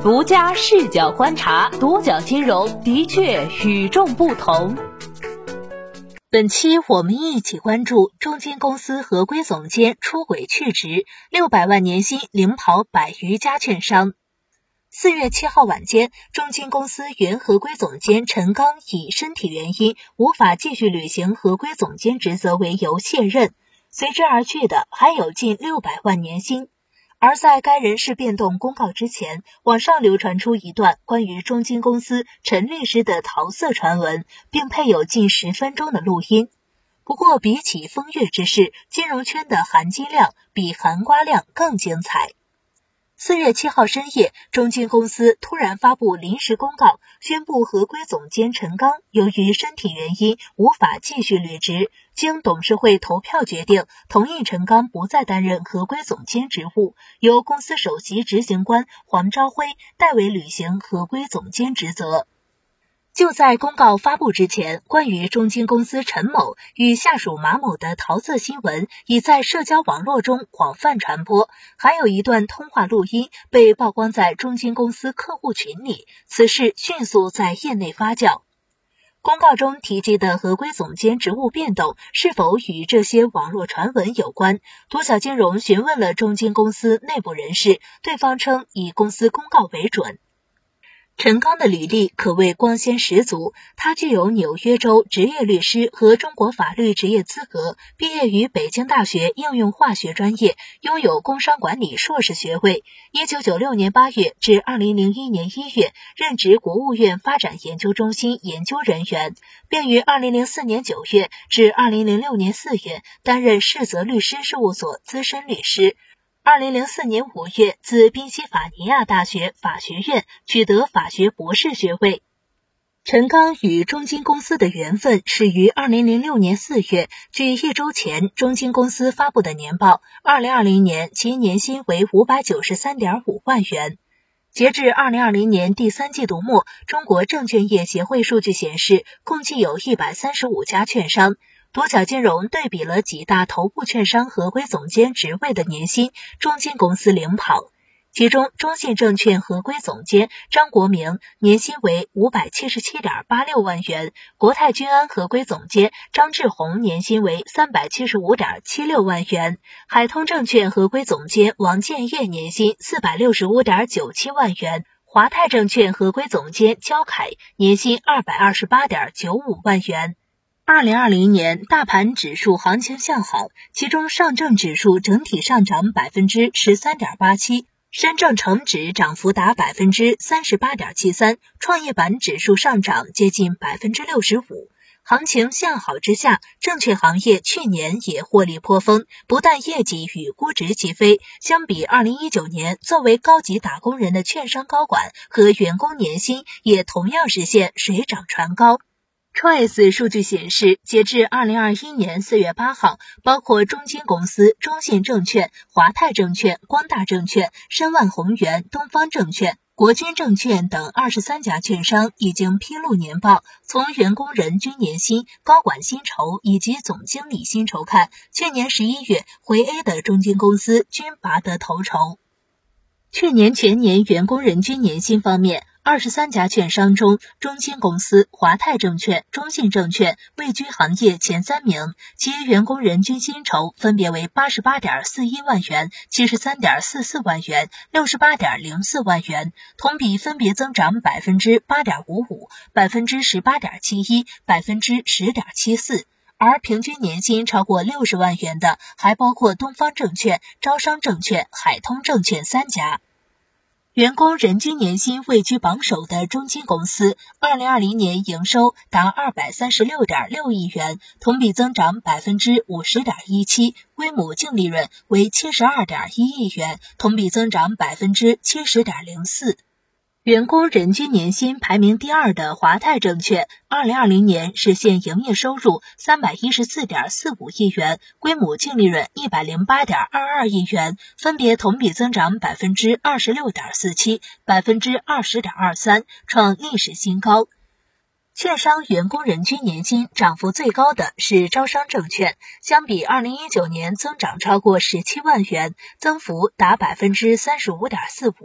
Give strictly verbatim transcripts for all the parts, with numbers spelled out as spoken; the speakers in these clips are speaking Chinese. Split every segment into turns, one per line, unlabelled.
独家视角观察，独角金融的确与众不同。
本期我们一起关注中金公司合规总监出轨去职，六百万年薪领跑百余家券商。四月七号晚间，中金公司原合规总监陈刚以身体原因无法继续履行合规总监职责为由卸任，随之而去的还有近六百万年薪。而在该人事变动公告之前，网上流传出一段关于中金公司陈律师的桃色传闻，并配有近十分钟的录音。不过比起风月之事，金融圈的含金量比含瓜量更精彩。四月七号深夜，中金公司突然发布临时公告，宣布合规总监陈刚由于身体原因无法继续履职，经董事会投票决定，同意陈刚不再担任合规总监职务，由公司首席执行官黄朝辉代为履行合规总监职责。就在公告发布之前，关于中金公司陈某与下属马某的桃色新闻已在社交网络中广泛传播，还有一段通话录音被曝光在中金公司客户群里，此事迅速在业内发酵。公告中提及的合规总监职务变动是否与这些网络传闻有关？独角金融询问了中金公司内部人士，对方称以公司公告为准。陈刚的履历可谓光鲜十足，他具有纽约州职业律师和中国法律执业资格，毕业于北京大学应用化学专业，拥有工商管理硕士学位。一九九六年八月至二零零一年一月任职国务院发展研究中心研究人员，并于二零零四年九月至二零零六年四月担任世泽律师事务所资深律师。二零零四年五月自宾夕法尼亚大学法学院取得法学博士学位。陈刚与中金公司的缘分始于二零零六年四月，据一周前中金公司发布的年报，二零二零年其年薪为 五百九十三点五万元。截至二零二零年第三季度末，中国证券业协会数据显示，共计有一百三十五家券商。独角金融对比了几大头部券商合规总监职位的年薪，中金公司领跑。其中，中信证券合规总监张国明年薪为 五百七十七点八六万元，国泰君安合规总监张志宏年薪为 三百七十五点七六万元，海通证券合规总监王建业年薪 四百六十五点九七万元，华泰证券合规总监焦凯年薪 二百二十八点九五万元。二零二零年大盘指数行情向好，其中上证指数整体上涨 百分之十三点八七， 深证成指涨幅达 百分之三十八点七三， 创业板指数上涨接近 百分之六十五。行情向好之下，证券行业去年也获利颇丰，不但业绩与估值齐飞，相比二零一九年，作为高级打工人的券商高管和员工年薪也同样实现水涨船高。Choice 数据显示，截至二零二一年四月八号，包括中金公司、中信证券、华泰证券、光大证券、申万宏源、东方证券、国军证券等二十三家券商已经披露年报。从员工人均年薪、高管薪酬以及总经理薪酬看，去年十一月回 A 的中金公司均拔得头筹。去年全年员工人均年薪方面，二十三家券商中，中金公司、华泰证券、中信证券位居行业前三名，其员工人均薪酬分别为 八十八点四一万元、七十三点四四万元、六十八点零四万元，同比分别增长 百分之八点五五、百分之十八点七一、百分之十点七四。而平均年薪超过六十万元的还包括东方证券、招商证券、海通证券三家。员工人均年薪位居榜首的中金公司，二零二零年营收达 二百三十六点六亿元，同比增长 百分之五十点一七， 规模净利润为 七十二点一亿元，同比增长 百分之七十点零四。员工人均年薪排名第二的华泰证券，二零二零年实现营业收入 三百一十四点四五亿元，规模净利润 一百零八点二二亿元，分别同比增长 百分之二十六点四七、百分之二十点二三，创历史新高。券商员工人均年薪涨幅最高的是招商证券，相比二零一九年增长超过十七万元，增幅达 百分之三十五点四五。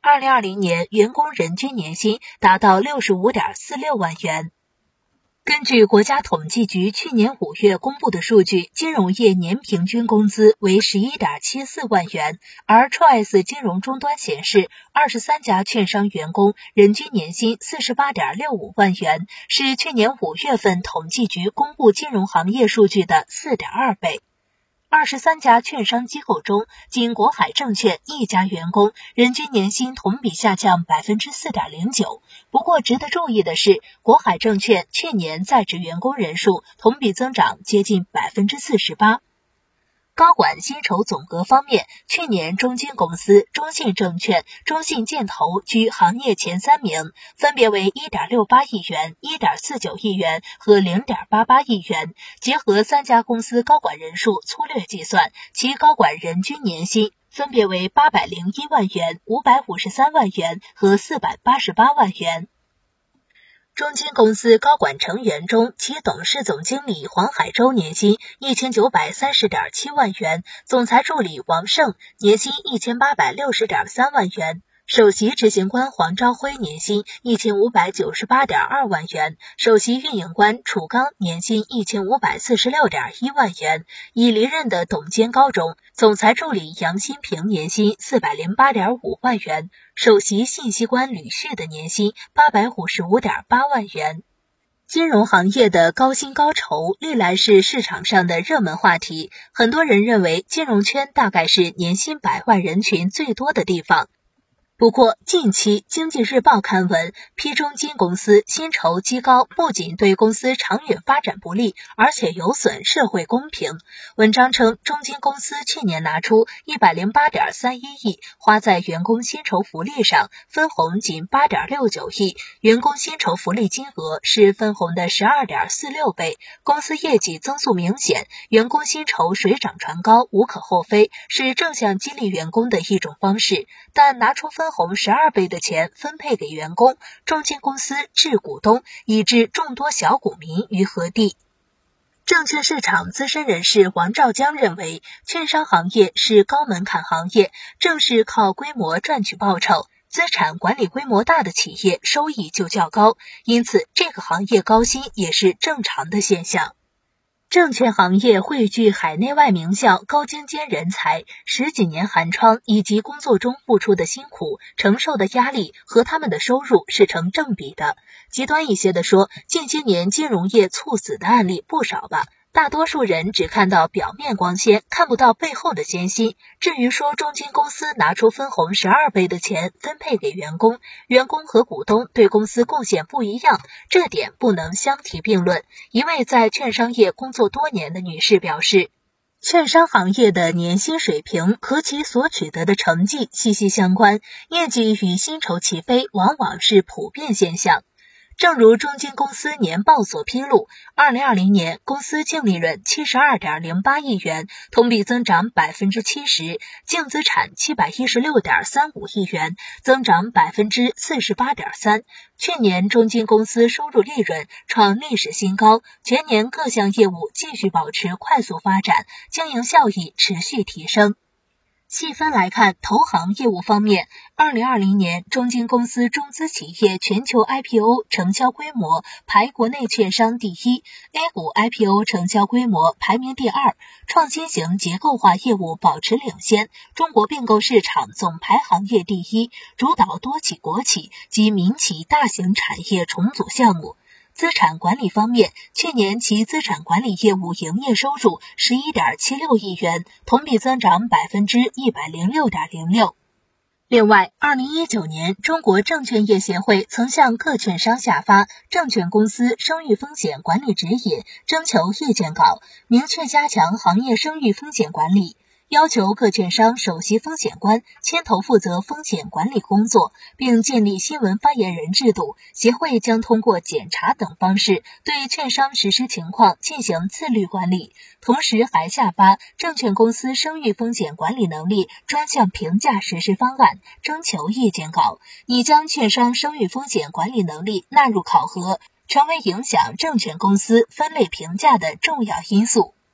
二零二零年员工人均年薪达到 六十五点四六万元。根据国家统计局去年五月公布的数据，金融业年平均工资为 十一点七四万元，而 Choice 金融终端显示，二十三家券商员工人均年薪 四十八点六五万元，是去年五月份统计局公布金融行业数据的 四点二倍。二十三家券商机构中，仅国海证券一家员工人均年薪同比下降 百分之四点零九。不过值得注意的是，国海证券去年在职员工人数同比增长接近 百分之四十八。高管薪酬总额方面，去年中金公司、中信证券、中信建投居行业前三名，分别为 一点六八亿元、一点四九亿元和 零点八八亿元。结合三家公司高管人数粗略计算，其高管人均年薪分别为八百零一万元、五百五十三万元和四百八十八万元。中金公司高管成员中，其董事总经理黄海洲年薪一千九百三十点七万元，总裁助理王胜年薪一千八百六十点三万元，首席执行官黄朝辉年薪一千五百九十八点二万元，首席运营官楚刚年薪一千五百四十六点一万元。已离任的董监高中总裁助理杨新平年薪四百零八点五万元，首席信息官吕旭的年薪八百五十五点八万元。金融行业的高薪高酬历来是市场上的热门话题，很多人认为金融圈大概是年薪百万人群最多的地方。不过，近期经济日报刊文批中金公司薪酬极高不仅对公司长远发展不利，而且有损社会公平。文章称，中金公司去年拿出 一百零八点三一亿花在员工薪酬福利上，分红仅 八点六九亿，员工薪酬福利金额是分红的 十二点四六倍。公司业绩增速明显，员工薪酬水涨船高无可厚非，是正向激励员工的一种方式。但拿出分红十二倍的钱分配给员工，中金公司置股东以置众多小股民于何地？证券市场资深人士王兆江认为，券商行业是高门槛行业，正是靠规模赚取报酬，资产管理规模大的企业收益就较高，因此这个行业高薪也是正常的现象。证券行业汇聚海内外名校高精尖人才，十几年寒窗以及工作中付出的辛苦、承受的压力和他们的收入是成正比的。极端一些的说，近些年金融业猝死的案例不少吧。大多数人只看到表面光鲜，看不到背后的艰辛。至于说中金公司拿出分红十二倍的钱分配给员工，员工和股东对公司贡献不一样，这点不能相提并论。一位在券商业工作多年的女士表示，券商行业的年薪水平和其所取得的成绩息息相关，业绩与薪酬齐飞往往是普遍现象。正如中金公司年报所披露，二零二零年公司净利润 七十二点零八亿元，同比增长 百分之七十， 净资产 七百一十六点三五亿元，增长 百分之四十八点三。 去年中金公司收入利润创历史新高，全年各项业务继续保持快速发展，经营效益持续提升。细分来看，投行业务方面，二零二零年中金公司中资企业全球 I P O 成交规模排国内券商第一， A 股 I P O 成交规模排名第二，创新型结构化业务保持领先，中国并购市场总排行业第一，主导多起国企及民企大型产业重组项目。资产管理方面，去年其资产管理业务营业收入 十一点七六亿元，同比增长 百分之一百零六点零六。另外，二零一九年中国证券业协会曾向各券商下发证券公司声誉风险管理指引征求意见稿，明确加强行业声誉风险管理，要求各券商首席风险官牵头负责风险管理工作，并建立新闻发言人制度。协会将通过检查等方式对券商实施情况进行自律管理，同时还下发证券公司声誉风险管理能力专项评价实施方案征求意见稿，拟将券商声誉风险管理能力纳入考核，成为影响证券公司分类评价的重要因素。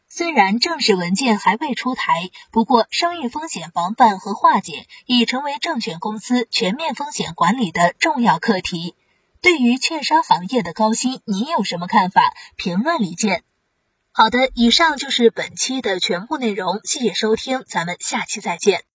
虽然正式文件还未出台，不过商业风险防范和化解已成为证券公司全面风险管理的重要课题。对于券商行业的高薪，你有什么看法？评论里见。好的，以上就是本期的全部内容，谢谢收听，咱们下期再见。